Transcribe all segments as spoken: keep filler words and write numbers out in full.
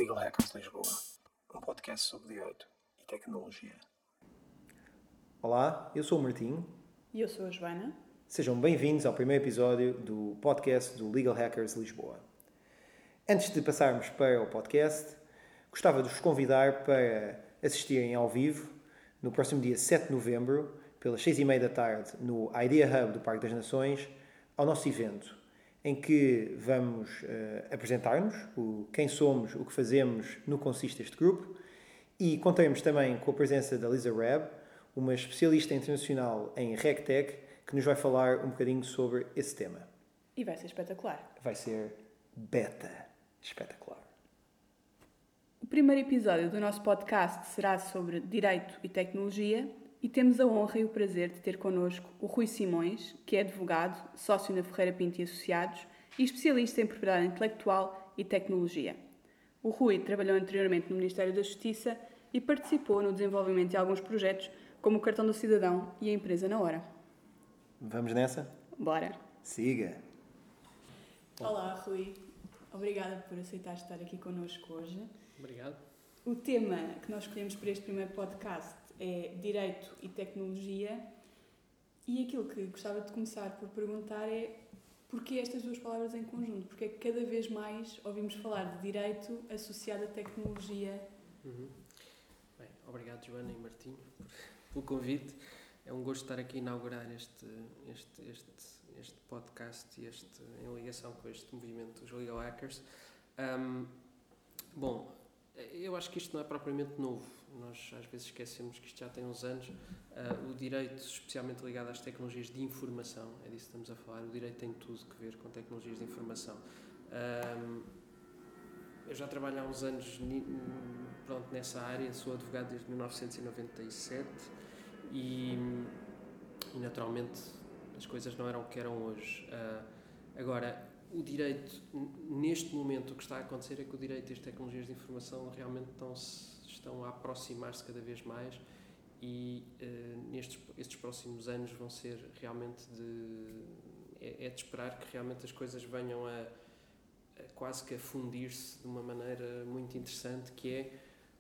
Legal Hackers Lisboa, um podcast sobre direito e tecnologia. Olá, eu sou o Martinho. E eu sou a Joana. Sejam bem-vindos ao primeiro episódio do podcast do Legal Hackers Lisboa. Antes de passarmos para o podcast, gostava de vos convidar para assistirem ao vivo, no próximo dia sete de novembro, pelas seis e meia da tarde, no Idea Hub do Parque das Nações, ao nosso evento, em que vamos uh, apresentar-nos, o, quem somos, o que fazemos, no que consiste este grupo, e contaremos também com a presença da Lisa Reb, uma especialista internacional em RegTech, que nos vai falar um bocadinho sobre esse tema. E vai ser espetacular. Vai ser beta espetacular. O primeiro episódio do nosso podcast será sobre Direito e Tecnologia e temos a honra e o prazer de ter connosco o Rui Simões, que é advogado, sócio na Ferreira Pinto e Associados e especialista em propriedade intelectual e tecnologia. O Rui trabalhou anteriormente no Ministério da Justiça e participou no desenvolvimento de alguns projetos, como o Cartão do Cidadão e a Empresa na Hora. Vamos nessa? Bora! Siga! Olá, Rui. Obrigada por aceitar estar aqui connosco hoje. Obrigado. O tema que nós escolhemos para este primeiro podcast é Direito e Tecnologia. E aquilo que gostava de começar por perguntar é porquê estas duas palavras em conjunto? Porque é que cada vez mais ouvimos falar de Direito associado à Tecnologia? Uhum. Bem, obrigado, Joana e Martinho, por, pelo convite. É um gosto estar aqui a inaugurar este, este, este, este podcast e este, em ligação com este movimento dos Legal Hackers. Um, bom, eu acho que isto não é propriamente novo. Nós às vezes esquecemos que isto já tem uns anos. Uh, o direito, especialmente ligado às tecnologias de informação, é disso que estamos a falar. O direito tem tudo a ver com tecnologias de informação. Um, eu já trabalho há uns anos pronto, nessa área, sou advogado desde mil novecentos e noventa e sete e, e naturalmente as coisas não eram o que eram hoje. Uh, agora, o direito, neste momento, o que está a acontecer é que o direito e as tecnologias de informação realmente estão, estão a aproximar-se cada vez mais e uh, nestes estes próximos anos vão ser realmente de... É, é de esperar que realmente as coisas venham a, a quase que a fundir-se de uma maneira muito interessante, que é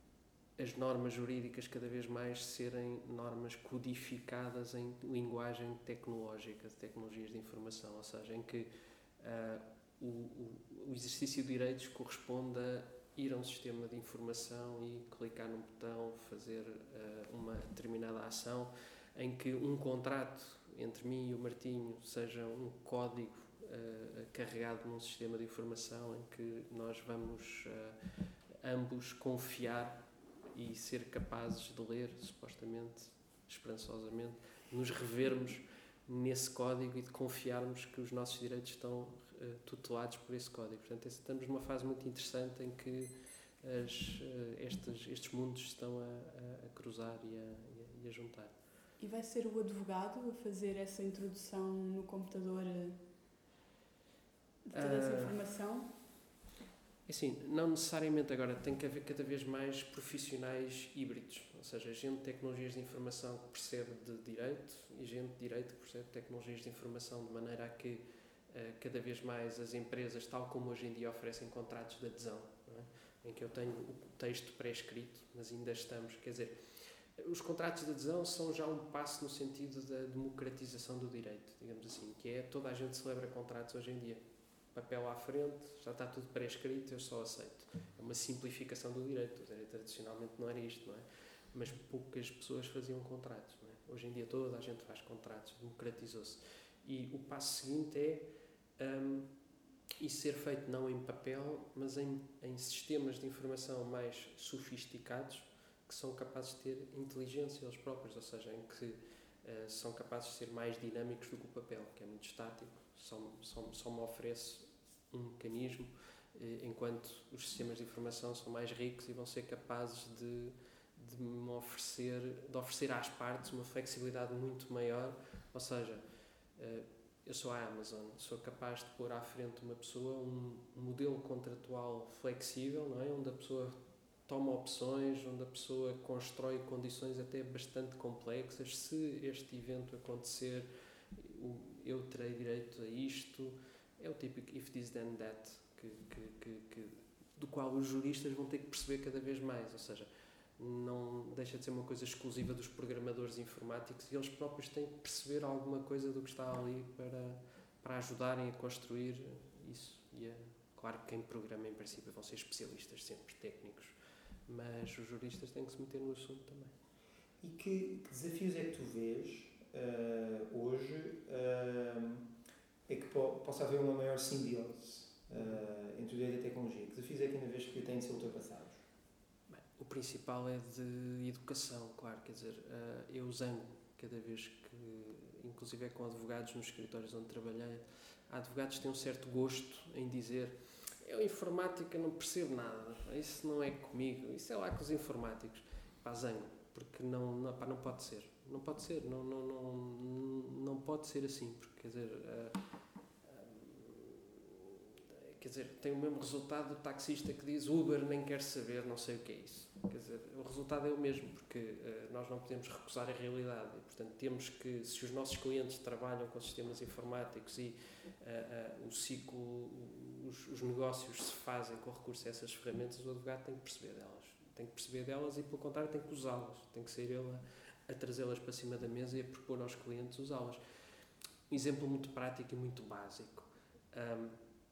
as normas jurídicas cada vez mais serem normas codificadas em linguagem tecnológica, de tecnologias de informação, ou seja, em que Uh, o, o, o exercício de direitos corresponde a ir a um sistema de informação e clicar num botão, fazer uh, uma determinada ação, em que um contrato entre mim e o Martinho seja um código uh, carregado num sistema de informação em que nós vamos uh, ambos confiar e ser capazes de ler, supostamente, esperançosamente, nos revermos nesse código e de confiarmos que os nossos direitos estão uh, tutelados por esse código. Portanto, estamos numa fase muito interessante em que as, uh, estes, estes mundos estão a, a, a cruzar e a, e a juntar. E vai ser o advogado a fazer essa introdução no computador de toda uh, essa informação? Assim, não necessariamente. Agora, tem que haver cada vez mais profissionais híbridos, ou seja, gente de tecnologias de informação que percebe de direito e gente de direito que percebe de tecnologias de informação, de maneira a que uh, cada vez mais as empresas, tal como hoje em dia oferecem contratos de adesão, não é? Em que eu tenho o texto pré-escrito, mas ainda estamos, quer dizer, os contratos de adesão são já um passo no sentido da democratização do direito, digamos assim, que é toda a gente celebra contratos hoje em dia. Papel à frente, já está tudo pré-escrito, eu só aceito. É uma simplificação do direito. O direito tradicionalmente não era isto, não é? Mas poucas pessoas faziam contratos, não é? Hoje em dia toda a gente faz contratos, democratizou-se. E o passo seguinte é um, isso ser feito não em papel, mas em, em sistemas de informação mais sofisticados que são capazes de ter inteligência eles próprios, ou seja, em que uh, são capazes de ser mais dinâmicos do que o papel, que é muito estático. Só, só, só me oferece um mecanismo, eh, enquanto os sistemas de informação são mais ricos e vão ser capazes de, de me oferecer, de oferecer às partes uma flexibilidade muito maior. Ou seja, eh, eu sou a Amazon, sou capaz de pôr à frente de uma pessoa um, um modelo contratual flexível, não é? Onde a pessoa toma opções, onde a pessoa constrói condições até bastante complexas. Se este evento acontecer, eu terei direito a isto. É o típico if this then that que, que, que, que do qual os juristas vão ter que perceber cada vez mais, ou seja, não deixa de ser uma coisa exclusiva dos programadores informáticos e eles próprios têm que perceber alguma coisa do que está ali para, para ajudarem a construir isso. E é claro que quem programa em princípio vão ser especialistas, sempre técnicos, mas os juristas têm que se meter no assunto também. E que, que desafios é que tu vês uh, hoje uh, é que po- possa haver uma maior simbiose uh, entre o direito e a tecnologia? Que desafios é que ainda vês que têm de ser ultrapassados? Bem, o principal é de educação, claro, quer dizer, uh, eu zango cada vez que, inclusive é com advogados nos escritórios onde trabalhei, há advogados que têm um certo gosto em dizer eu informática não percebo nada, isso não é comigo, isso é lá com os informáticos. Pá, zango, porque não, não, pá, não pode ser, não pode ser, não, não, não, não pode ser assim, porque quer dizer, uh, uh, quer dizer, tem o mesmo resultado do taxista que diz Uber nem quer saber, não sei o que é isso. Quer dizer, o resultado é o mesmo, porque uh, nós não podemos recusar a realidade e, portanto, temos que, se os nossos clientes trabalham com sistemas informáticos e uh, uh, o ciclo, os, os negócios se fazem com recurso a essas ferramentas, o advogado tem que perceber delas. Tem que perceber delas e, pelo contrário, tem que usá-las. Tem que ser ele a, a trazê-las para cima da mesa e a propor aos clientes usá-las. Um exemplo muito prático e muito básico. Um,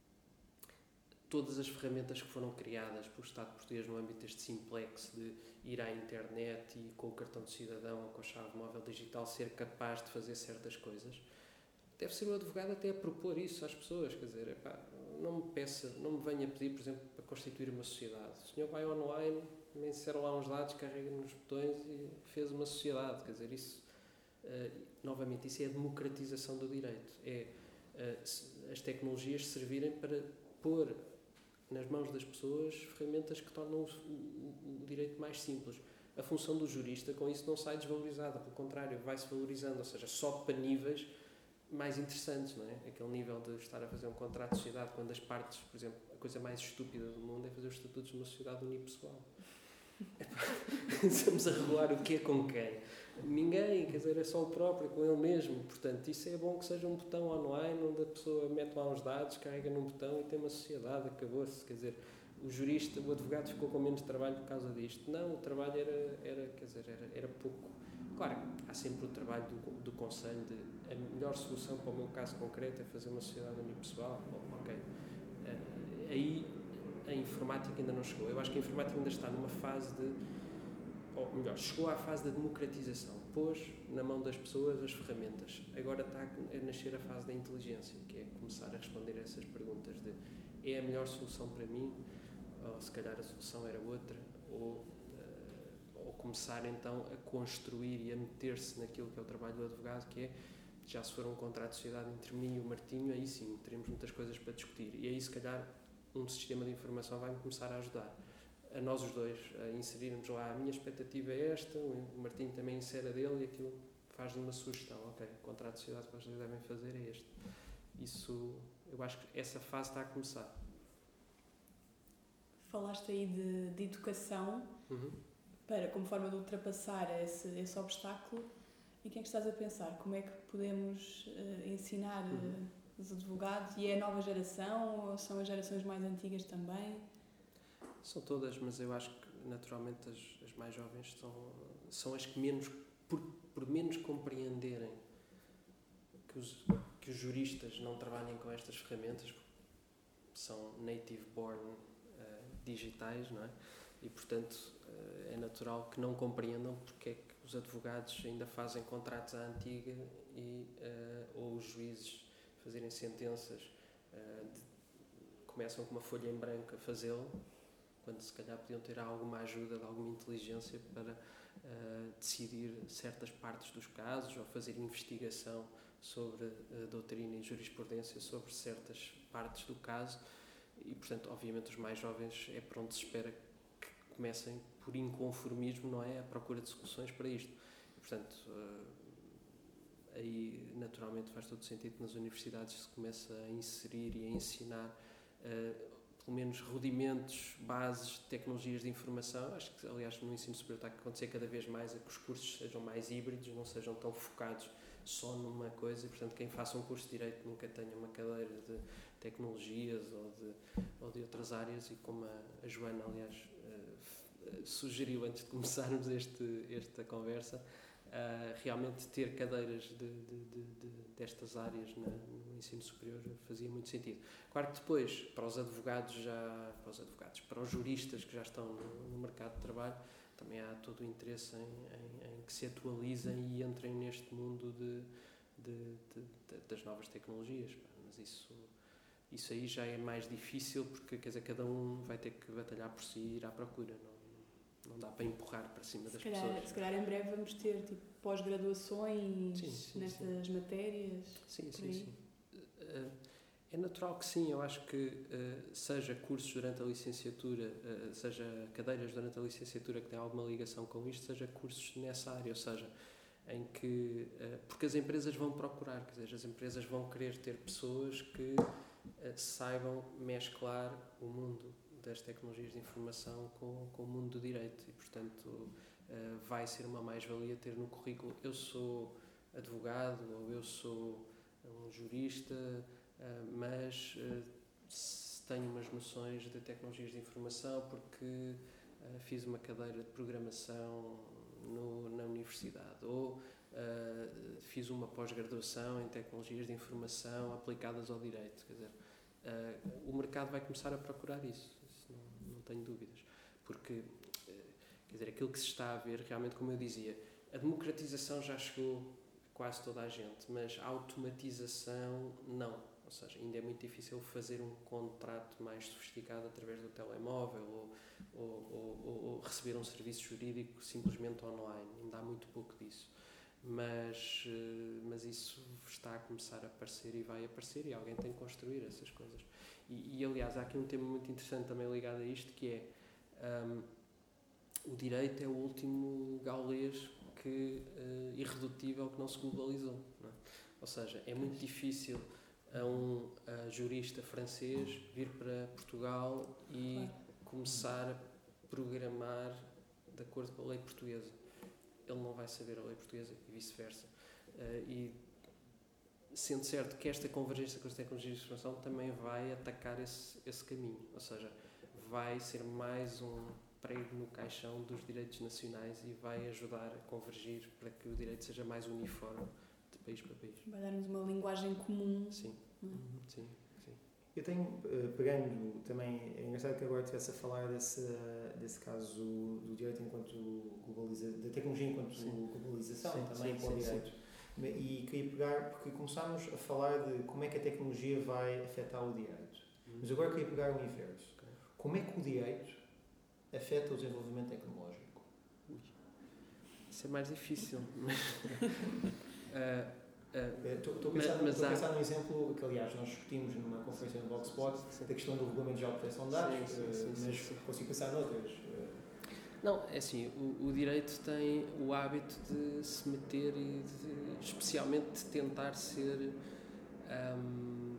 todas as ferramentas que foram criadas pelo Estado português no âmbito deste simplex de ir à internet e com o cartão de cidadão ou com a chave móvel digital ser capaz de fazer certas coisas, deve ser o advogado até a propor isso às pessoas. Quer dizer, epá, não me peça, não me venha pedir, por exemplo, para constituir uma sociedade. O senhor vai online, me inseram lá uns dados, carrega nos botões e fez uma sociedade. Quer dizer, isso, uh, novamente, isso é a democratização do direito. É uh, as tecnologias servirem para pôr nas mãos das pessoas ferramentas que tornam o, o, o direito mais simples. A função do jurista, com isso, não sai desvalorizada, pelo contrário, vai-se valorizando, ou seja, sobe para níveis mais interessantes, não é? Aquele nível de estar a fazer um contrato de sociedade quando as partes, por exemplo, a coisa mais estúpida do mundo é fazer os estatutos de uma sociedade unipessoal. Estamos a regular o que é com quem? Ninguém, quer dizer, é só o próprio, com ele mesmo. Portanto, isso é bom que seja um botão online onde a pessoa mete lá uns dados, carrega num botão e tem uma sociedade, acabou-se. Quer dizer, o jurista, o advogado ficou com menos trabalho por causa disto. Não, o trabalho era, era, quer dizer, era, era pouco. Claro, há sempre o trabalho do, do conselho de a melhor solução para o meu caso concreto é fazer uma sociedade unipessoal. Bom, ok. Uh, aí a informática ainda não chegou. Eu acho que a informática ainda está numa fase de, ou melhor, chegou à fase da democratização. Pôs na mão das pessoas as ferramentas. Agora está a nascer a fase da inteligência, que é começar a responder a essas perguntas de é a melhor solução para mim, ou se calhar a solução era outra, ou ou começar então a construir e a meter-se naquilo que é o trabalho do advogado, que é, já se for um contrato de sociedade entre mim e o Martinho, aí sim, teremos muitas coisas para discutir. E aí, se calhar, um sistema de informação vai-me começar a ajudar. A nós os dois, a inserirmos lá, a minha expectativa é esta, o Martinho também insere a dele e aquilo faz-lhe uma sugestão. Ok, o contrato de sociedade que vocês devem fazer é este. Isso, eu acho que essa fase está a começar. Falaste aí de, de educação. Uhum. Para, como forma de ultrapassar esse, esse obstáculo, em que é que estás a pensar? Como é que podemos uh, ensinar uh, uhum. os advogados? E é a nova geração ou são as gerações mais antigas também? São todas, mas eu acho que naturalmente as, as mais jovens são, são as que menos, por, por menos compreenderem que os, que os juristas não trabalhem com estas ferramentas, são native born uh, digitais, não é? E, portanto, é natural que não compreendam porque é que os advogados ainda fazem contratos à antiga e, uh, ou os juízes fazerem sentenças, uh, de, começam com uma folha em branco a fazê-lo, quando se calhar podiam ter alguma ajuda, de alguma inteligência para uh, decidir certas partes dos casos ou fazer investigação sobre uh, doutrina e jurisprudência sobre certas partes do caso. E, portanto, obviamente os mais jovens é para onde se espera comecem por inconformismo, não é? A procura de soluções para isto. E, portanto, uh, aí naturalmente faz todo sentido que nas universidades se comece a inserir e a ensinar uh, pelo menos rudimentos, bases de tecnologias de informação. Acho que, aliás, no ensino superior está a acontecer cada vez mais a que os cursos sejam mais híbridos, não sejam tão focados só numa coisa, e portanto quem faça um curso de Direito nunca tenha uma cadeira de tecnologias ou de, ou de outras áreas, e como a, a Joana, aliás, uh, sugeriu antes de começarmos este, esta conversa, uh, realmente ter cadeiras de, de, de, de, destas áreas na, no ensino superior fazia muito sentido. Claro que depois, para os advogados, já, para os advogados, para os juristas que já estão no, no mercado de trabalho, também há todo o interesse em, em, em que se atualizem e entrem neste mundo de, de, de, de, das novas tecnologias. Mas isso, isso aí já é mais difícil, porque quer dizer, cada um vai ter que batalhar por si e ir à procura. Não, não dá para empurrar para cima se das calhar, pessoas. Se calhar em breve vamos ter tipo, pós-graduações sim, sim, nestas sim. matérias. Sim, sim, sim. É natural que sim, eu acho que uh, seja cursos durante a licenciatura, uh, seja cadeiras durante a licenciatura que têm alguma ligação com isto, seja cursos nessa área, ou seja, em que, uh, porque as empresas vão procurar, quer dizer, as empresas vão querer ter pessoas que uh, saibam mesclar o mundo das tecnologias de informação com, com o mundo do direito, e portanto uh, vai ser uma mais-valia ter no currículo: eu sou advogado, ou eu sou um jurista, Uh, mas uh, tenho umas noções de tecnologias de informação porque uh, fiz uma cadeira de programação no, na universidade, ou uh, fiz uma pós-graduação em tecnologias de informação aplicadas ao direito. Quer dizer, uh, o mercado vai começar a procurar isso, isso não, não tenho dúvidas, porque uh, quer dizer, aquilo que se está a ver, realmente, como eu dizia, a democratização já chegou a quase toda a gente, mas a automatização não. Ou seja, ainda é muito difícil fazer um contrato mais sofisticado através do telemóvel, ou, ou, ou, ou receber um serviço jurídico simplesmente online. Ainda há muito pouco disso. Mas, mas isso está a começar a aparecer e vai aparecer, e alguém tem que construir essas coisas. E, e aliás, há aqui um tema muito interessante também ligado a isto, que é um, o direito é o último gaulês que, uh, irredutível, que não se globalizou. Não é? Ou seja, é muito difícil a um a jurista francês vir para Portugal e claro. começar a programar de acordo com a lei portuguesa. Ele não vai saber a lei portuguesa e vice-versa. Uh, e sendo certo que esta convergência com as tecnologias de informação também vai atacar esse, esse caminho. Ou seja, vai ser mais um prego no caixão dos direitos nacionais e vai ajudar a convergir para que o direito seja mais uniforme de país para país. Vai dar-nos uma linguagem comum. Sim, uhum. sim, sim. Eu tenho, uh, pegando também, é engraçado que agora estivesse a falar desse, uh, desse caso do direito enquanto globalização, da tecnologia enquanto sim. globalização, sim, também sim, com o direito. Sim. E queria pegar, porque começámos a falar de como é que a tecnologia vai afetar o direito. Uhum. Mas agora queria pegar o inverso. Okay. Como é que o direito afeta o desenvolvimento tecnológico? Ui. Isso é mais difícil. uh, Estou uh, a pensar, mas, mas há... pensar num exemplo que, aliás, nós discutimos numa conferência no Blogspot, sim, da questão do regulamento de proteção de dados, sim, sim, sim, mas sim, sim. consigo pensar noutras. Não, é assim, o, o direito tem o hábito de se meter e de, especialmente de tentar ser um,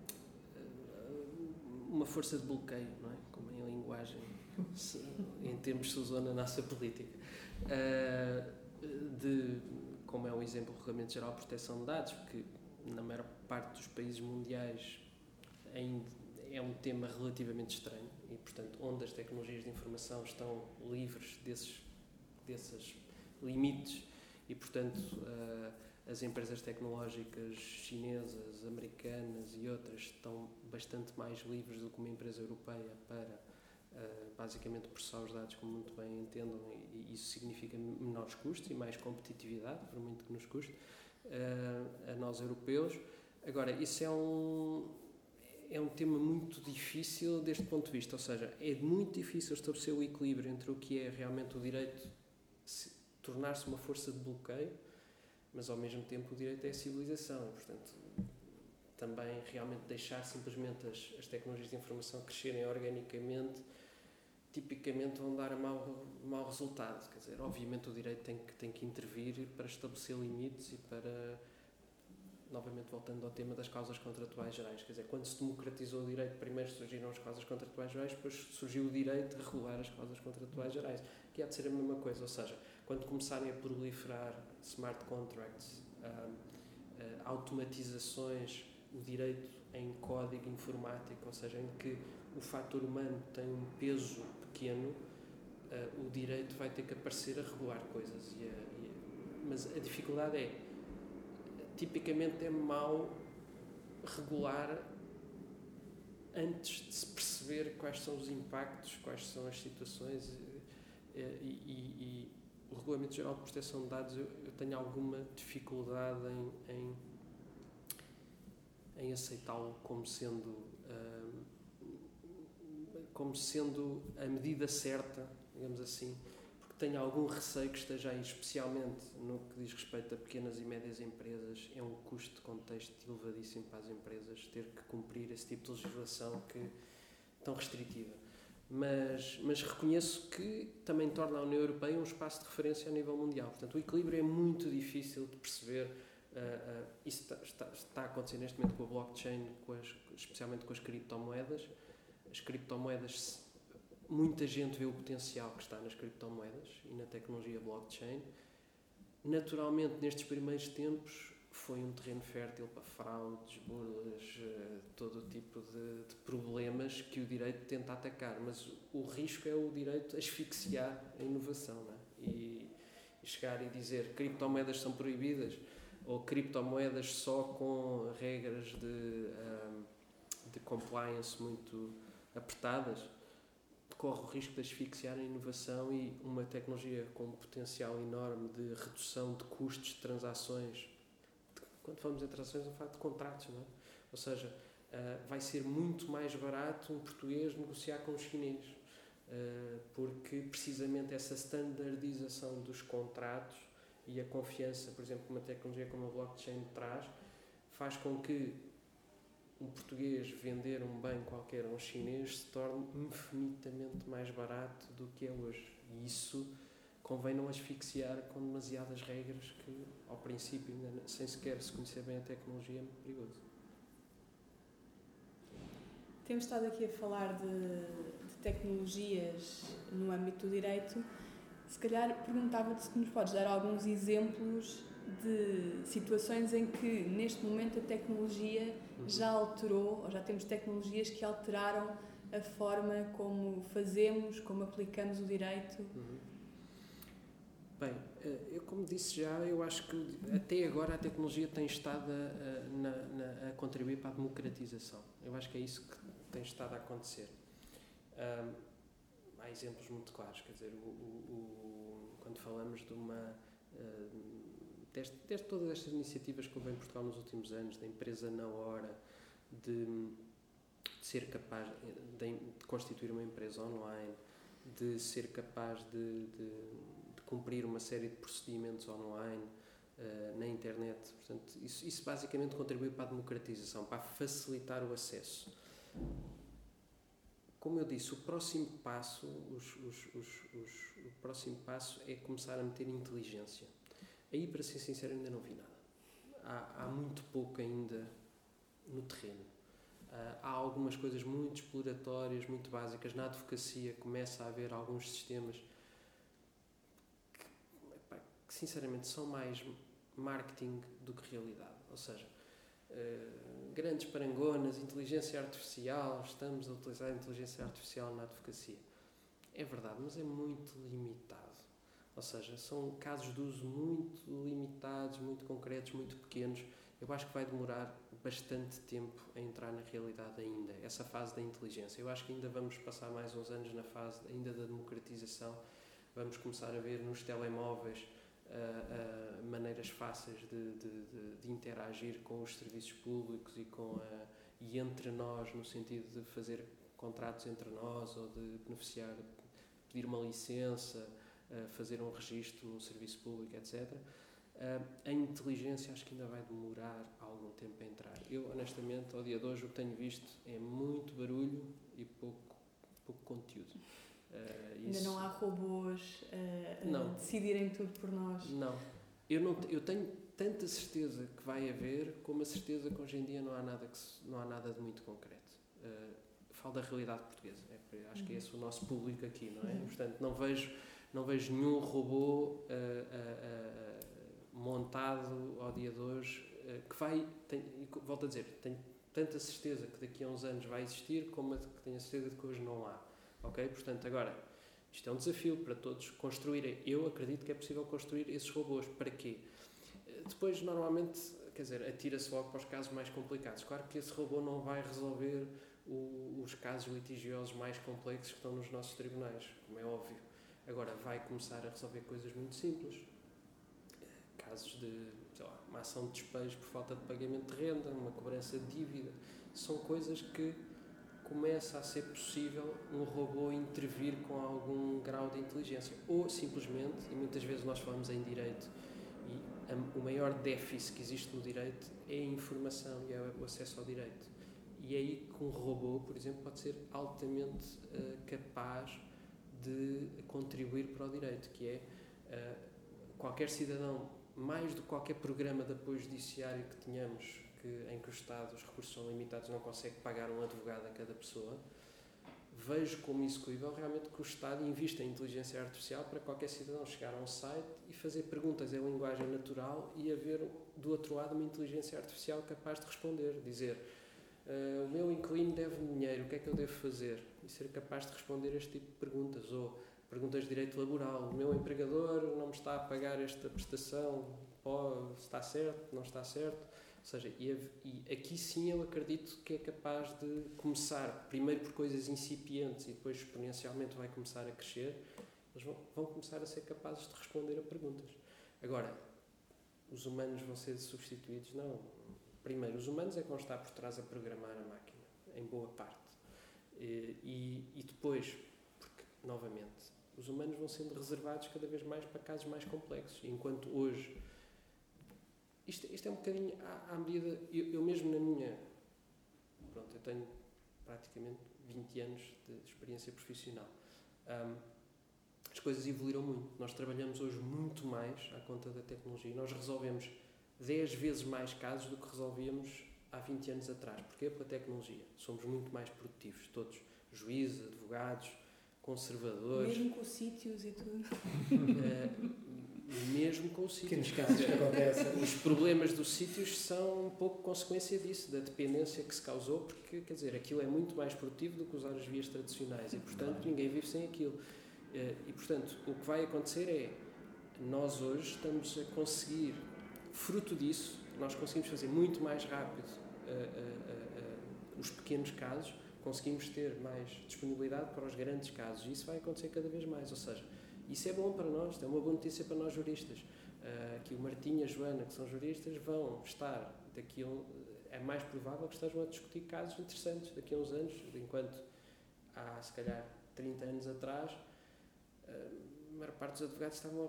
uma força de bloqueio, não é? Como em linguagem, se, em termos que se usou na nossa política. Uh, de, como é um exemplo, o Regulamento Geral de Proteção de Dados, porque na maior parte dos países mundiais ainda é um tema relativamente estranho e, portanto, onde as tecnologias de informação estão livres desses, desses limites e, portanto, uh, as empresas tecnológicas chinesas, americanas e outras estão bastante mais livres do que uma empresa europeia para, uh, basicamente, processar os dados como muito bem entendam, e, e isso significa menores custos e mais competitividade, por muito que nos custe, uh, a nós europeus. Agora, isso é um... é um tema muito difícil deste ponto de vista, ou seja, é muito difícil estabelecer o equilíbrio entre o que é realmente o direito tornar-se uma força de bloqueio, mas ao mesmo tempo o direito é a civilização, e, portanto, também realmente deixar simplesmente as, as tecnologias de informação crescerem organicamente, tipicamente vão dar mau, mau resultado. Quer dizer, obviamente o direito tem que, tem que intervir para estabelecer limites e para... novamente voltando ao tema das causas contratuais gerais, quer dizer, quando se democratizou o direito, primeiro surgiram as causas contratuais gerais, depois surgiu o direito de regular as causas contratuais gerais, que há de ser a mesma coisa, ou seja, quando começarem a proliferar smart contracts uh, uh, automatizações, o direito em código informático, ou seja, em que o fator humano tem um peso pequeno, uh, o direito vai ter que aparecer a regular coisas. E a, e a, mas a dificuldade é, tipicamente é mau regular antes de se perceber quais são os impactos, quais são as situações, e, e, e o Regulamento Geral de Proteção de Dados, eu, eu tenho alguma dificuldade em, em, em aceitá-lo como sendo, uh, como sendo a medida certa, digamos assim, porque tenho algum receio que esteja aí, especialmente no que diz respeito a pequenas e médias empresas. É um custo de contexto elevadíssimo para as empresas ter que cumprir esse tipo de legislação que, tão restritiva. Mas, mas reconheço que também torna a União Europeia um espaço de referência a nível mundial. Portanto, o equilíbrio é muito difícil de perceber. Uh, uh, isso está, está, está a acontecer neste momento com a blockchain, com as, especialmente com as criptomoedas. As criptomoedas, muita gente vê o potencial que está nas criptomoedas e na tecnologia blockchain. Naturalmente, nestes primeiros tempos, foi um terreno fértil para fraudes, burlas, todo o tipo de, de problemas que o direito tenta atacar, mas o risco é o direito asfixiar a inovação, não é? e, e chegar e dizer criptomoedas são proibidas, ou criptomoedas só com regras de, um, de compliance muito apertadas, corre o risco de asfixiar a inovação e uma tecnologia com um potencial enorme de redução de custos de transações. Quando falamos em transações, é um facto de contratos, não é? Ou seja, uh, vai ser muito mais barato um português negociar com um chinês, uh, porque precisamente essa standardização dos contratos e a confiança, por exemplo, que uma tecnologia como a blockchain traz, faz com que um português vender um bem qualquer a um chinês se torne infinitamente mais barato do que é hoje. E isso convém não asfixiar com demasiadas regras que, ao princípio, ainda sem sequer se conhecer bem a tecnologia, é muito perigoso. Temos estado aqui a falar de, de tecnologias no âmbito do direito. Se calhar perguntava-te se nos podes dar alguns exemplos de situações em que, neste momento, a tecnologia uhum. já alterou, ou já temos tecnologias que alteraram a forma como fazemos, como aplicamos o direito. Uhum. Bem, eu como disse já, eu acho que até agora a tecnologia tem estado a, na, na, a contribuir para a democratização. Eu acho que é isso que tem estado a acontecer. Um, há exemplos muito claros, quer dizer, o, o, o, quando falamos de uma... Uh, deste, deste, todas estas iniciativas que houve em Portugal nos últimos anos, da empresa na hora, de, de ser capaz de, de constituir uma empresa online, de ser capaz de... de cumprir uma série de procedimentos online, uh, na internet. Portanto, isso, isso basicamente contribui para a democratização, para facilitar o acesso. Como eu disse, o próximo passo, os, os, os, os, o próximo passo é começar a meter inteligência. Aí, para ser sincero, ainda não vi nada. Há, há muito pouco ainda no terreno. Uh, há algumas coisas muito exploratórias, muito básicas. Na advocacia começa a haver alguns sistemas que sinceramente são mais marketing do que realidade, ou seja, uh, grandes parangonas, inteligência artificial, estamos a utilizar a inteligência artificial na advocacia. É verdade, mas é muito limitado, ou seja, são casos de uso muito limitados, muito concretos, muito pequenos. Eu acho que vai demorar bastante tempo a entrar na realidade ainda, essa fase da inteligência. Eu acho que ainda vamos passar mais uns anos na fase ainda da democratização, vamos começar a ver nos telemóveis Uh, uh, maneiras fáceis de, de, de, de interagir com os serviços públicos e, com a, e entre nós, no sentido de fazer contratos entre nós ou de beneficiar, pedir uma licença, uh, fazer um registro no serviço público, etcétera. Uh, a inteligência acho que ainda vai demorar algum tempo a entrar. Eu, honestamente, ao dia de hoje, o que tenho visto é muito barulho e pouco, pouco conteúdo. Uh, Ainda isso... não há robôs uh, a decidirem tudo por nós. Não. Eu, não. eu tenho tanta certeza que vai haver, como a certeza que hoje em dia não há nada, que se, não há nada de muito concreto. Uh, falo da realidade portuguesa. É, acho uhum. que é esse o nosso público aqui, não é? Uhum. Portanto, não vejo, não vejo nenhum robô uh, uh, uh, montado ao dia de hoje, uh, que vai, tem, volto a dizer, tenho tanta certeza que daqui a uns anos vai existir, como a que tenho a certeza de que hoje não há. Ok? Portanto, agora, isto é um desafio para todos construírem. Eu acredito que é possível construir esses robôs. Para quê? Depois, normalmente, quer dizer, atira-se logo para os casos mais complicados. Claro que esse robô não vai resolver o, os casos litigiosos mais complexos que estão nos nossos tribunais, como é óbvio. Agora, vai começar a resolver coisas muito simples. Casos de, sei lá, uma ação de despejo por falta de pagamento de renda, uma cobrança de dívida. São coisas que começa a ser possível um robô intervir com algum grau de inteligência. Ou, simplesmente, e muitas vezes nós falamos em direito, e a, o maior déficit que existe no direito é a informação e é o acesso ao direito. E é aí que um robô, por exemplo, pode ser altamente uh, capaz de contribuir para o direito, que é uh, qualquer cidadão, mais do que qualquer programa de apoio judiciário que tenhamos, que, em que o Estado, os recursos são limitados, não consegue pagar um advogado a cada pessoa, vejo como execuível realmente que o Estado invista em inteligência artificial para qualquer cidadão chegar a um site e fazer perguntas em linguagem natural e haver do outro lado uma inteligência artificial capaz de responder, dizer uh, o meu inquilino deve-me dinheiro, o que é que eu devo fazer? E ser capaz de responder este tipo de perguntas, ou perguntas de direito laboral, o meu empregador não me está a pagar esta prestação, oh, está certo, não está certo? Ou seja, e, e aqui sim eu acredito que é capaz de começar, primeiro por coisas incipientes e depois exponencialmente vai começar a crescer, eles vão, vão começar a ser capazes de responder a perguntas. Agora, os humanos vão ser substituídos? Não. Primeiro, os humanos é que vão estar por trás a programar a máquina, em boa parte. E, e, e depois, porque, novamente, os humanos vão sendo reservados cada vez mais para casos mais complexos, enquanto hoje Isto, isto é um bocadinho à, à medida... Eu, eu mesmo na minha... Pronto, eu tenho praticamente vinte anos de experiência profissional. Um, as coisas evoluíram muito. Nós trabalhamos hoje muito mais à conta da tecnologia. Nós resolvemos dez vezes mais casos do que resolvíamos há vinte anos atrás. Porquê? Pela tecnologia. Somos muito mais produtivos, todos. Juízes, advogados, conservadores... Mesmo com sítios e tudo. Uh, mesmo com os sítios. Pequenos casos que acontecem. Os problemas dos sítios são um pouco consequência disso, da dependência que se causou, porque, quer dizer, aquilo é muito mais produtivo do que usar as vias tradicionais e, portanto, ninguém vive sem aquilo. E, portanto, o que vai acontecer é, nós hoje estamos a conseguir, fruto disso, nós conseguimos fazer muito mais rápido uh, uh, uh, os pequenos casos, conseguimos ter mais disponibilidade para os grandes casos, e isso vai acontecer cada vez mais, ou seja, isso é bom para nós, é uma boa notícia para nós juristas. Uh, aqui o Martim e a Joana, que são juristas, vão estar, daqui a um, é mais provável que estejam a discutir casos interessantes daqui a uns anos, enquanto há, se calhar, trinta anos atrás, uh, a maior parte dos advogados estavam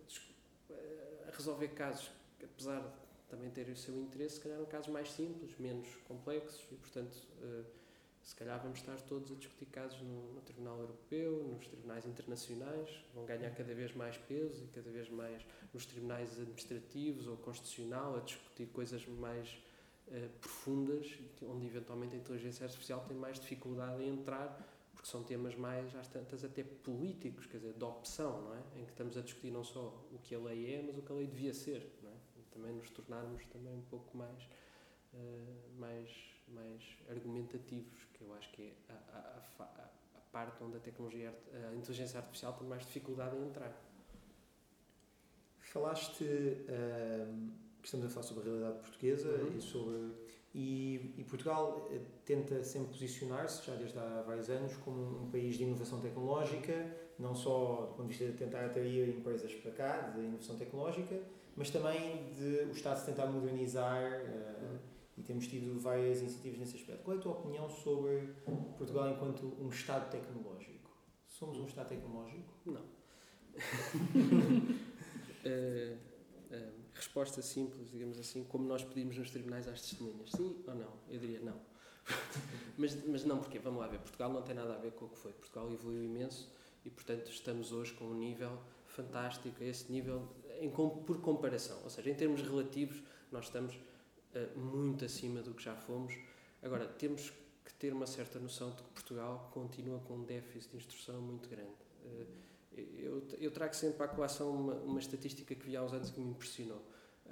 a, a resolver casos que, apesar de também terem o seu interesse, se calhar eram casos mais simples, menos complexos, e, portanto, uh, se calhar vamos estar todos a discutir casos no, no Tribunal Europeu, nos tribunais internacionais, vão ganhar cada vez mais peso e cada vez mais nos tribunais administrativos ou constitucional, a discutir coisas mais uh, profundas, onde eventualmente a inteligência artificial tem mais dificuldade em entrar, porque são temas mais, às tantas, até políticos, quer dizer, de opção, não é? Em que estamos a discutir não só o que a lei é, mas o que a lei devia ser, não é? E também nos tornarmos também um pouco mais, uh, mais, mais argumentativos, que eu acho que é a, a, a, a parte onde a tecnologia, a inteligência artificial tem mais dificuldade em entrar. Falaste uh, que estamos a falar sobre a realidade portuguesa uhum. e sobre e, e Portugal uh, tenta sempre posicionar-se, já desde há vários anos, como um país de inovação tecnológica, não só do ponto de vista de tentar atrair empresas para cá, de inovação tecnológica, mas também de o Estado se tentar modernizar uh, uhum. e temos tido várias iniciativas nesse aspecto. Qual é a tua opinião sobre Portugal enquanto um Estado tecnológico? Somos um Estado tecnológico? Não. uh, uh, resposta simples, digamos assim, como nós pedimos nos tribunais às testemunhas. Sim ou não? Eu diria não. mas, mas não, porque vamos lá ver, Portugal não tem nada a ver com o que foi. Portugal evoluiu imenso e, portanto, estamos hoje com um nível fantástico, a esse nível em, por comparação. Ou seja, em termos relativos, nós estamos uh, muito acima do que já fomos. Agora, temos que ter uma certa noção de que Portugal continua com um déficit de instrução muito grande. Uh, eu, eu trago sempre à colação uma, uma estatística que vi há uns anos que me impressionou.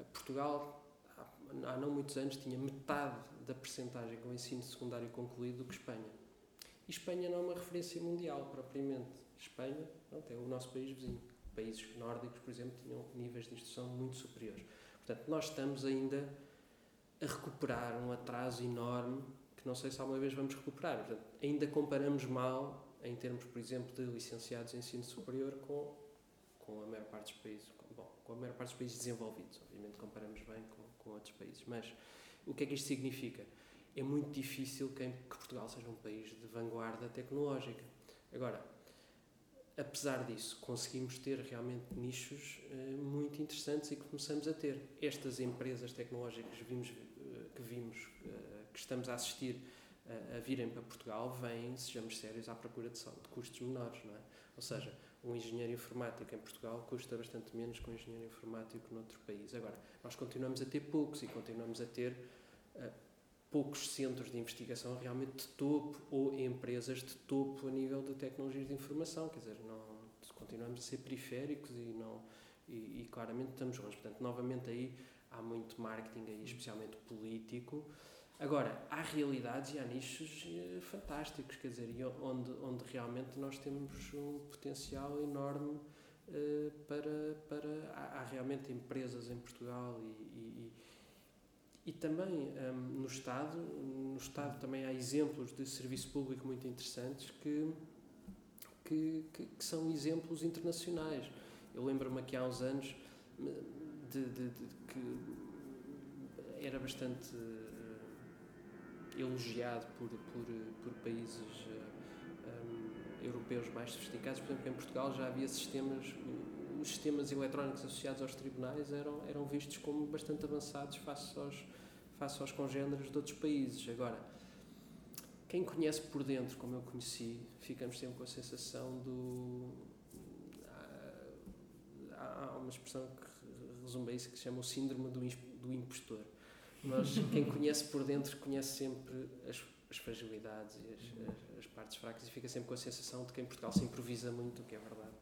Portugal, há, há não muitos anos, tinha metade da percentagem com o ensino secundário concluído do que Espanha. E Espanha não é uma referência mundial, propriamente. Espanha, pronto, é o nosso país vizinho. Países nórdicos, por exemplo, tinham níveis de instrução muito superiores. Portanto, nós estamos ainda a recuperar um atraso enorme que não sei se alguma vez vamos recuperar. Portanto, ainda comparamos mal em termos, por exemplo, de licenciados em ensino superior com, com a maior parte dos países, com, bom, com a maior parte dos países desenvolvidos. Obviamente comparamos bem com, com outros países. Mas o que é que isto significa? É muito difícil que, que Portugal seja um país de vanguarda tecnológica. Agora, apesar disso, conseguimos ter realmente nichos uh, muito interessantes e que começamos a ter. Estas empresas tecnológicas que vimos, uh, que, vimos uh, que estamos a assistir uh, a virem para Portugal, vêm, sejamos sérios, à procura de, de custos menores, não é? Ou seja, um engenheiro informático em Portugal custa bastante menos que um engenheiro informático noutro país. Agora, nós continuamos a ter poucos e continuamos a ter uh, poucos centros de investigação realmente de topo ou empresas de topo a nível de tecnologias de informação, quer dizer, não, continuamos a ser periféricos e, não, e, e claramente estamos longe. Portanto, novamente aí há muito marketing aí, especialmente político. Agora, há realidades e há nichos eh, fantásticos, quer dizer, onde, onde realmente nós temos um potencial enorme eh, para, para há, há realmente empresas em Portugal e, e E também um, no Estado, no Estado também há exemplos de serviço público muito interessantes que, que, que, que são exemplos internacionais. Eu lembro-me aqui há uns anos de, de, de, de que era bastante uh, elogiado por, por, por países uh, um, europeus mais sofisticados. Por exemplo, em Portugal já havia sistemas... Os sistemas eletrónicos associados aos tribunais eram, eram vistos como bastante avançados face aos, face aos congêneres de outros países. Agora, quem conhece por dentro, como eu conheci, ficamos sempre com a sensação do... Há, há uma expressão que resume isso que se chama o síndrome do, do impostor. Mas quem conhece por dentro conhece sempre as, as fragilidades e as, as, as partes fracas e fica sempre com a sensação de que em Portugal se improvisa muito, o que é verdade.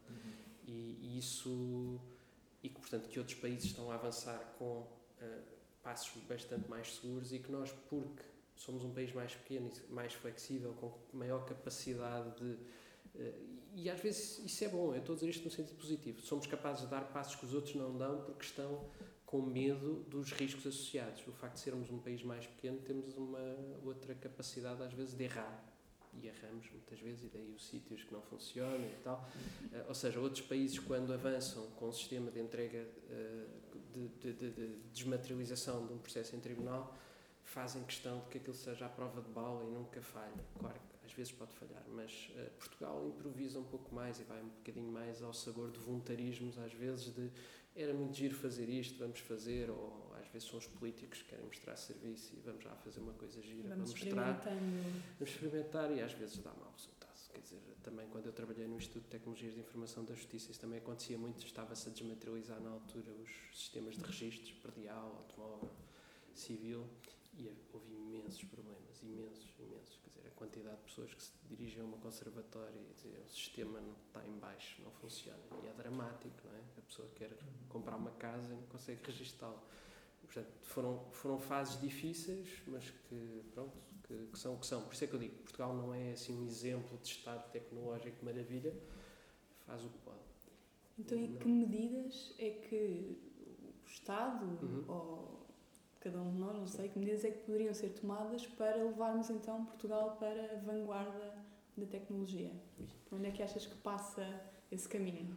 E, e isso, e que portanto que outros países estão a avançar com uh, passos bastante mais seguros e que nós, porque somos um país mais pequeno e mais flexível, com maior capacidade de... Uh, e às vezes isso é bom, eu estou a dizer isto no sentido positivo, somos capazes de dar passos que os outros não dão porque estão com medo dos riscos associados. O facto de sermos um país mais pequeno, temos uma outra capacidade às vezes de errar. E erramos muitas vezes, e daí os sítios que não funcionam e tal. Uh, ou seja, outros países, quando avançam com um sistema de entrega, uh, de, de, de, de desmaterialização de um processo em tribunal, fazem questão de que aquilo seja à prova de bala e nunca falha. Claro que às vezes pode falhar, mas uh, Portugal improvisa um pouco mais e vai um bocadinho mais ao sabor de voluntarismos, às vezes de era muito giro fazer isto, vamos fazer, ou às vezes são os políticos que querem mostrar serviço e vamos lá fazer uma coisa gira vamos para mostrar. Experimentando. Vamos experimentar e às vezes dá mau resultado. Quer dizer, também quando eu trabalhei no Instituto de Tecnologias de Informação da Justiça, isso também acontecia muito, estava-se a desmaterializar na altura os sistemas de registros, predial, automóvel, civil, e houve imensos problemas, imensos, imensos. Quer dizer, a quantidade de pessoas que se dirigiam a uma conservatória e diziam o sistema não está em baixo, não funciona. E é dramático, não é? A pessoa quer comprar uma casa e não consegue registá-la. Portanto, foram, foram fases difíceis, mas que, pronto, que, que são o que são. Por isso é que eu digo, Portugal não é assim um exemplo de Estado tecnológico de maravilha, faz o que pode. Então, e não. que medidas é que o Estado, Uhum. ou cada um de nós, não sei, que medidas é que poderiam ser tomadas para levarmos então Portugal para a vanguarda da tecnologia? Por onde é que achas que passa esse caminho?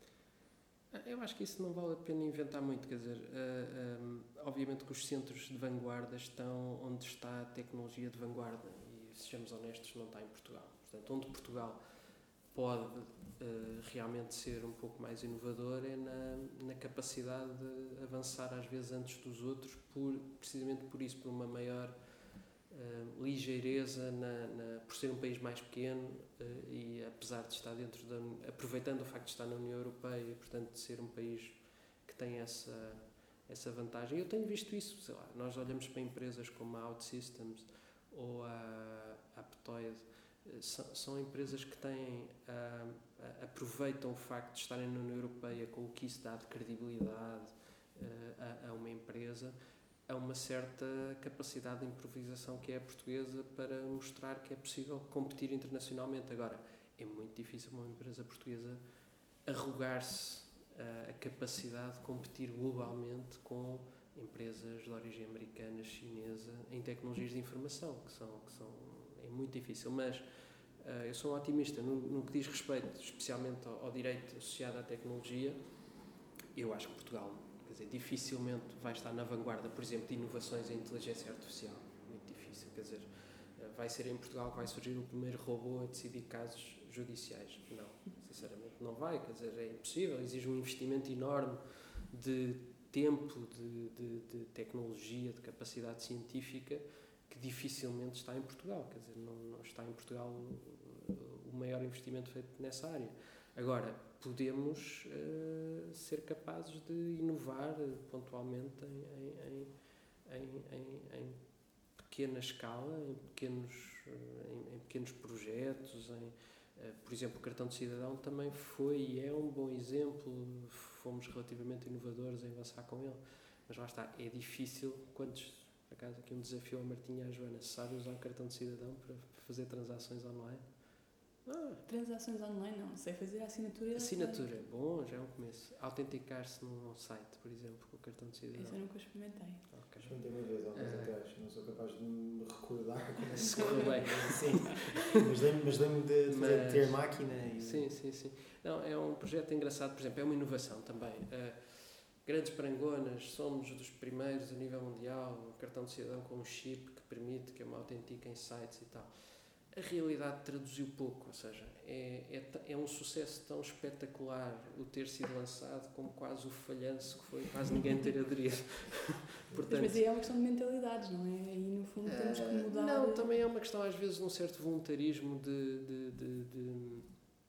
Eu acho que isso não vale a pena inventar muito, quer dizer, uh, um, obviamente que os centros de vanguarda estão onde está a tecnologia de vanguarda e, sejamos honestos, não está em Portugal. Portanto, onde Portugal pode uh, realmente ser um pouco mais inovador é na, na capacidade de avançar às vezes antes dos outros, por, precisamente por isso, por uma maior uh, ligeireza, na, na, por ser um país mais pequeno uh, e apesar de estar dentro da, aproveitando o facto de estar na União Europeia e portanto de ser um país que tem essa, essa vantagem. Eu tenho visto isso, sei lá, nós olhamos para empresas como a OutSystems ou a Aptoide. São, são empresas que têm, uh, aproveitam o facto de estarem na União Europeia com o que isso dá de credibilidade a, a uma empresa a uma certa capacidade de improvisação que é a portuguesa para mostrar que é possível competir internacionalmente. Agora, é muito difícil uma empresa portuguesa arrogar-se a, a capacidade de competir globalmente com empresas de origem americana, chinesa, em tecnologias de informação, que são, que são é muito difícil, mas uh, eu sou um otimista no, no que diz respeito especialmente ao, ao direito associado à tecnologia. Eu acho que Portugal, quer dizer, dificilmente vai estar na vanguarda, por exemplo, de inovações em inteligência artificial, muito difícil, quer dizer, uh, vai ser em Portugal que vai surgir o primeiro robô a decidir casos judiciais. Não, sinceramente não vai, quer dizer, é impossível, exige um investimento enorme de tempo, de, de, de tecnologia, de capacidade científica, que dificilmente está em Portugal, quer dizer, não, não está em Portugal o, o maior investimento feito nessa área. Agora, podemos uh, ser capazes de inovar uh, pontualmente em, em, em, em, em pequena escala, em pequenos, uh, em, em pequenos projetos, em, uh, por exemplo, o cartão de cidadão também foi e é um bom exemplo, fomos relativamente inovadores em avançar com ele, mas lá está, é difícil, quantos, por acaso aqui um desafio ao Martinho e à Joana, se sabem usar o cartão de cidadão para fazer transações online? Ah, Transações online não, sei fazer a assinatura. assinatura, é bom, já é um começo. Autenticar-se num site, por exemplo, com o cartão de cidadão. Isso eu nunca experimentei. Okay. Experimentei uma vez, há uns anos atrás, não sou capaz de me recordar como é que Se correu bem. Sim, mas lembro-me mas lembro de, de Mas, ter máquina e... Sim, sim, sim. Não, é um projeto engraçado, por exemplo, é uma inovação também. Uh, grandes parangonas, somos dos primeiros a nível mundial, um cartão de cidadão com um chip que permite que eu me autentique em sites e tal. A realidade traduziu pouco, ou seja, é, é, é um sucesso tão espetacular o ter sido lançado como quase o falhanço que foi quase ninguém ter aderido. Portanto, mas aí é uma questão de mentalidades, não é? Aí no fundo temos que mudar... Não, também é uma questão às vezes de um certo voluntarismo de, de, de, de,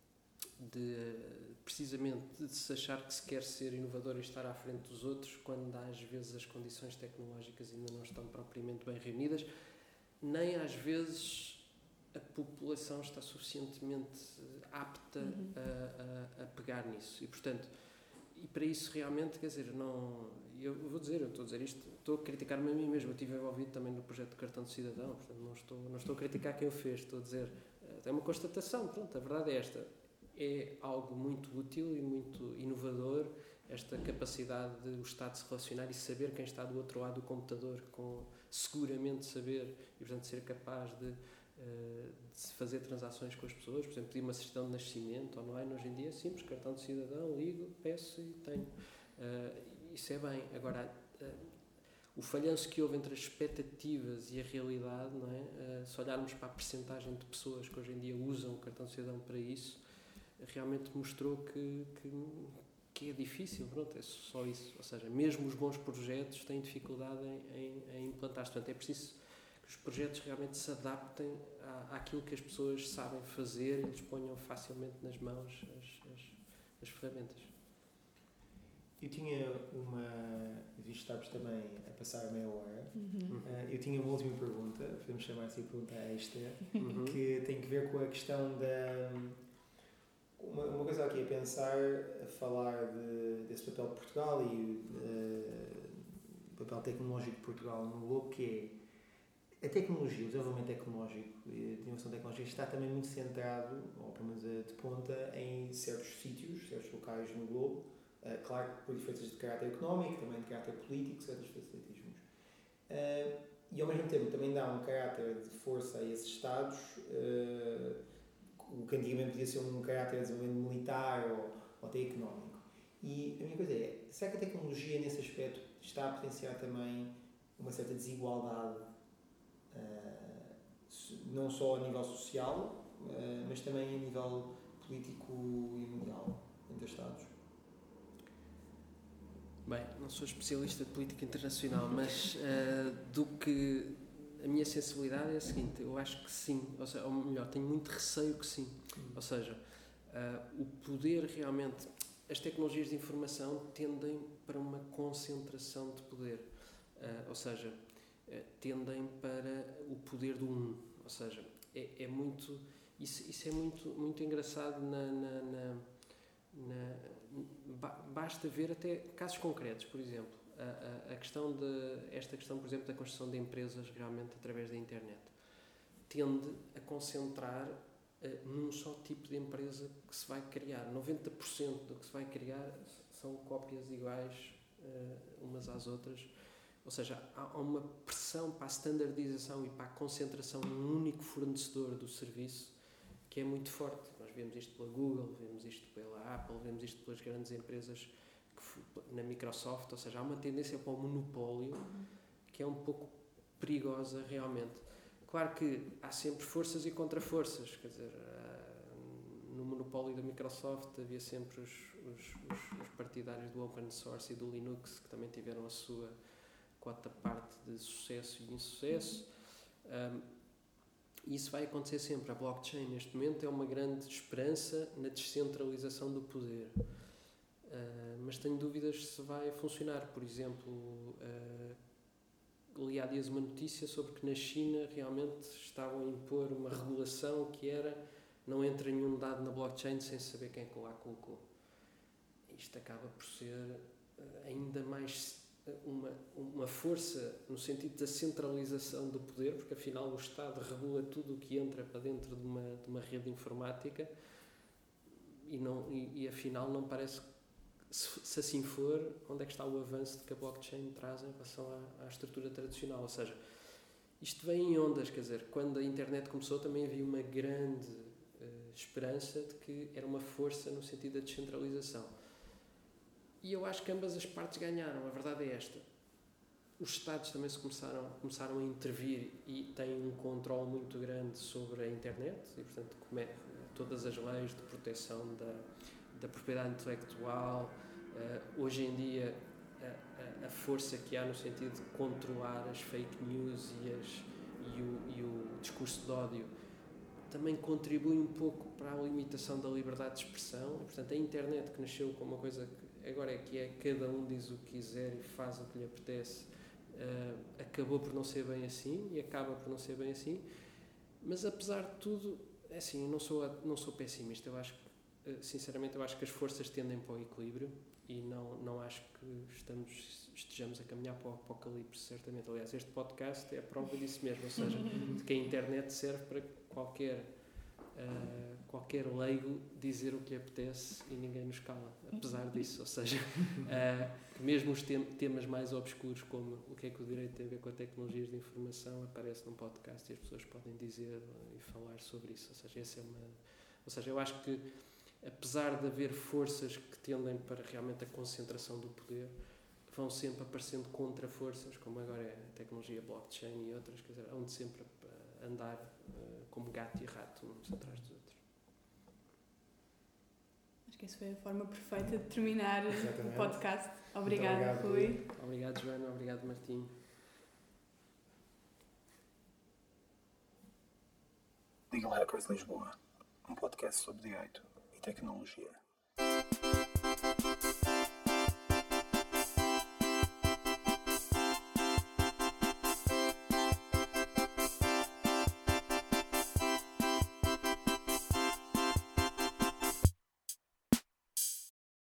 de precisamente de se achar que se quer ser inovador e estar à frente dos outros quando às vezes as condições tecnológicas ainda não estão propriamente bem reunidas, nem às vezes a população está suficientemente apta uhum. a, a, a pegar nisso e portanto e para isso realmente, quer dizer, não, eu vou dizer, eu estou a dizer isto, estou a criticar-me a mim mesmo, eu estive envolvido também no projeto de cartão de cidadão, portanto não estou, não estou a criticar quem o fez, estou a dizer, é uma constatação, pronto, a verdade é esta, é algo muito útil e muito inovador, esta capacidade de o Estado se relacionar e saber quem está do outro lado do computador, com seguramente saber e portanto ser capaz de de fazer transações com as pessoas, por exemplo, pedir uma certidão de nascimento online, hoje em dia é simples, cartão de cidadão, ligo, peço e tenho. Uh, isso é bem. Agora, uh, o falhanço que houve entre as expectativas e a realidade, não é? Uh, se olharmos para a percentagem de pessoas que hoje em dia usam o cartão de cidadão para isso, realmente mostrou que, que, que é difícil, pronto, é só isso. Ou seja, mesmo os bons projetos têm dificuldade em, em, em implantar-se. Portanto, é preciso que os projetos realmente se adaptem à, àquilo que as pessoas sabem fazer e lhes ponham facilmente nas mãos as, as, as ferramentas. Eu tinha uma... Visto que estamos também a passar meia hora. Uhum. Uh, eu tinha uma última pergunta, podemos chamar assim a pergunta extra, Uhum. que tem que ver com a questão da... Uma, uma coisa aqui a pensar, a falar de, desse papel de Portugal e uh, o papel tecnológico de Portugal no globo, que é a tecnologia, o desenvolvimento tecnológico e a inovação tecnológica está também muito centrado, ou pelo menos de ponta, em certos sítios, certos locais no globo, uh, claro que por diferenças de caráter económico, também de caráter político, certos facilitismos. Uh, e ao mesmo tempo também dá um caráter de força a esses Estados, uh, o que antigamente podia ser um caráter de desenvolvimento militar ou, ou até económico. E a minha coisa é, será que a tecnologia nesse aspecto está a potenciar também uma certa desigualdade? Uh, não só a nível social, uh, mas também a nível político e mundial, entre os Estados? Bem, não sou especialista de política internacional, mas uh, do que a minha sensibilidade é a seguinte, eu acho que sim, ou, seja, ou melhor, tenho muito receio que sim, ou seja, uh, o poder realmente, as tecnologias de informação tendem para uma concentração de poder, uh, ou seja, tendem para o poder do um, ou seja, é, é muito, isso, isso é muito, muito engraçado na, na, na, na basta ver até casos concretos, por exemplo, a, a, a questão de, esta questão, por exemplo, da construção de empresas realmente através da internet, tende a concentrar uh, num só tipo de empresa que se vai criar. noventa por cento do que se vai criar são cópias iguais uh, umas às outras. Ou seja, há uma pressão para a standardização e para a concentração num único fornecedor do serviço que é muito forte. Nós vemos isto pela Google, vemos isto pela Apple, vemos isto pelas grandes empresas, que, na Microsoft, ou seja, há uma tendência para o monopólio que é um pouco perigosa realmente. Claro que há sempre forças e contra-forças, quer dizer, no monopólio da Microsoft havia sempre os, os, os, os partidários do open source e do Linux, que também tiveram a sua quota parte de sucesso e insucesso. Um, isso vai acontecer sempre. A blockchain, neste momento, é uma grande esperança na descentralização do poder. Uh, mas tenho dúvidas se vai funcionar. Por exemplo, uh, li há dias uma notícia sobre que na China realmente estavam a impor uma regulação que era não entra nenhum dado na blockchain sem saber quem é que lá colocou. Isto acaba por ser uh, ainda mais uma, uma força no sentido da centralização do poder, porque afinal o Estado regula tudo o que entra para dentro de uma, de uma rede informática e, não, e, e afinal não parece, se, se assim for, onde é que está o avanço de que a blockchain traz em relação à, à estrutura tradicional. Ou seja, isto vem em ondas, quer dizer, quando a internet começou também havia uma grande uh, esperança de que era uma força no sentido da descentralização. E eu acho que ambas as partes ganharam, a verdade é esta. Os Estados também se começaram, começaram a intervir e têm um controle muito grande sobre a internet e, portanto, como é, todas as leis de proteção da, da propriedade intelectual, uh, hoje em dia a, a, a força que há no sentido de controlar as fake news e, as, e, o, e o discurso de ódio também contribui um pouco para a limitação da liberdade de expressão. E, portanto, a internet, que nasceu como uma coisa que agora é que é cada um diz o que quiser e faz o que lhe apetece, uh, acabou por não ser bem assim e acaba por não ser bem assim. Mas apesar de tudo, é assim, eu não sou, não sou pessimista. Eu acho que, uh, sinceramente, eu acho que as forças tendem para o equilíbrio e não, não acho que estamos, estejamos a caminhar para o apocalipse, certamente. Aliás, este podcast é a prova disso mesmo, ou seja, de que a internet serve para qualquer Uh, qualquer leigo dizer o que lhe apetece e ninguém nos cala, apesar disso. Ou seja, uh, mesmo os tem- temas mais obscuros, como o que é que o direito tem a ver com as tecnologias de informação, aparece num podcast e as pessoas podem dizer e falar sobre isso. Ou seja, essa é uma, ou seja, eu acho que apesar de haver forças que tendem para realmente a concentração do poder, vão sempre aparecendo contra-forças, como agora é a tecnologia blockchain e outras, quer dizer, hão de sempre andar uh, como gato e rato uns atrás dos outros. Acho que essa foi a forma perfeita de terminar Exatamente. o podcast. Obrigada, obrigado, Rui. Obrigado, Joana. Obrigado, Martim. Legal Hackers Lisboa, um podcast sobre direito e tecnologia.